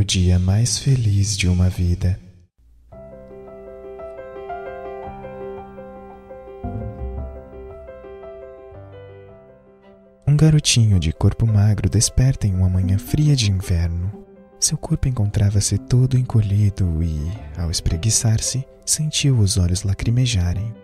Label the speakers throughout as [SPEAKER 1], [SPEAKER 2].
[SPEAKER 1] o dia mais feliz de uma vida. Um garotinho de corpo magro desperta em uma manhã fria de inverno. Seu corpo encontrava-se todo encolhido e, ao espreguiçar-se, sentiu os olhos lacrimejarem.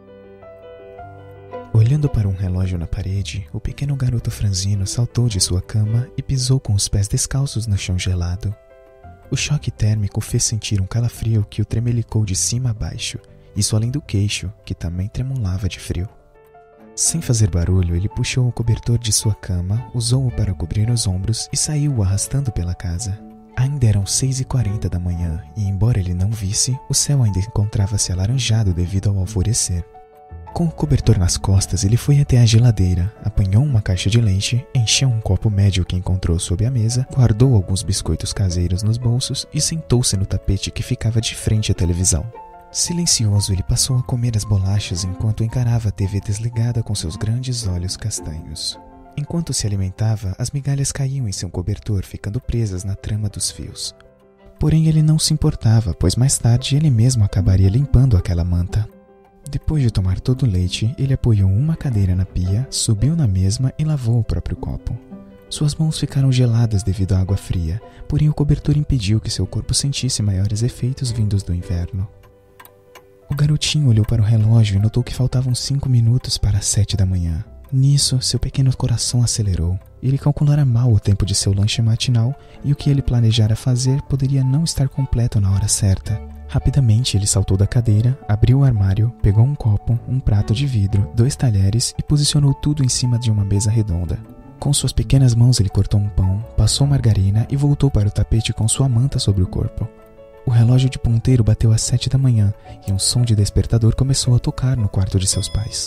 [SPEAKER 1] Olhando para um relógio na parede, o pequeno garoto franzino saltou de sua cama e pisou com os pés descalços no chão gelado. O choque térmico fez sentir um calafrio que o tremelicou de cima a baixo, isso além do queixo, que também tremulava de frio. Sem fazer barulho, ele puxou o cobertor de sua cama, usou-o para cobrir os ombros e saiu arrastando pela casa. Ainda eram 6h40 da manhã e, embora ele não visse, o céu ainda encontrava-se alaranjado devido ao alvorecer. Com o cobertor nas costas, ele foi até a geladeira, apanhou uma caixa de leite, encheu um copo médio que encontrou sob a mesa, guardou alguns biscoitos caseiros nos bolsos e sentou-se no tapete que ficava de frente à televisão. Silencioso, ele passou a comer as bolachas enquanto encarava a TV desligada com seus grandes olhos castanhos. Enquanto se alimentava, as migalhas caíam em seu cobertor, ficando presas na trama dos fios. Porém, ele não se importava, pois mais tarde ele mesmo acabaria limpando aquela manta. Depois de tomar todo o leite, ele apoiou uma cadeira na pia, subiu na mesma e lavou o próprio copo. Suas mãos ficaram geladas devido à água fria, porém o cobertor impediu que seu corpo sentisse maiores efeitos vindos do inverno. O garotinho olhou para o relógio e notou que faltavam 5 minutos para as 7 da manhã. Nisso, seu pequeno coração acelerou. Ele calculara mal o tempo de seu lanche matinal e o que ele planejara fazer poderia não estar completo na hora certa. Rapidamente, ele saltou da cadeira, abriu o armário, pegou um copo, um prato de vidro, 2 talheres e posicionou tudo em cima de uma mesa redonda. Com suas pequenas mãos, ele cortou um pão, passou margarina e voltou para o tapete com sua manta sobre o corpo. O relógio de ponteiro bateu às 7 da manhã e um som de despertador começou a tocar no quarto de seus pais.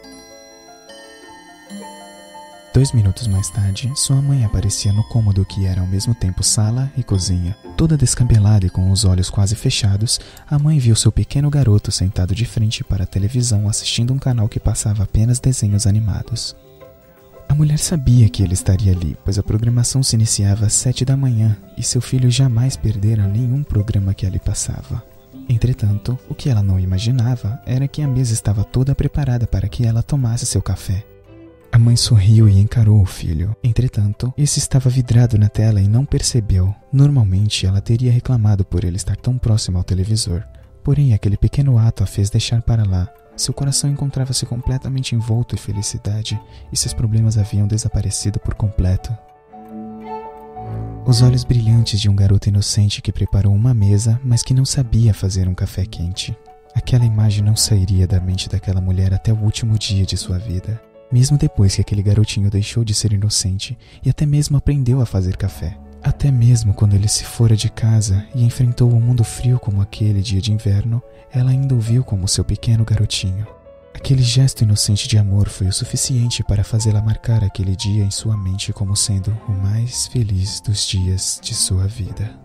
[SPEAKER 1] 2 minutos mais tarde, sua mãe aparecia no cômodo que era ao mesmo tempo sala e cozinha. Toda descabelada e com os olhos quase fechados, a mãe viu seu pequeno garoto sentado de frente para a televisão assistindo um canal que passava apenas desenhos animados. A mulher sabia que ele estaria ali, pois a programação se iniciava às 7 da manhã e seu filho jamais perdera nenhum programa que ali passava. Entretanto, o que ela não imaginava era que a mesa estava toda preparada para que ela tomasse seu café. A mãe sorriu e encarou o filho. Entretanto, esse estava vidrado na tela e não percebeu. Normalmente, ela teria reclamado por ele estar tão próximo ao televisor. Porém, aquele pequeno ato a fez deixar para lá. Seu coração encontrava-se completamente envolto em felicidade e seus problemas haviam desaparecido por completo. Os olhos brilhantes de um garoto inocente que preparou uma mesa, mas que não sabia fazer um café quente. Aquela imagem não sairia da mente daquela mulher até o último dia de sua vida. Mesmo depois que aquele garotinho deixou de ser inocente e até mesmo aprendeu a fazer café. Até mesmo quando ele se fora de casa e enfrentou um mundo frio como aquele dia de inverno, ela ainda o viu como seu pequeno garotinho. Aquele gesto inocente de amor foi o suficiente para fazê-la marcar aquele dia em sua mente como sendo o mais feliz dos dias de sua vida.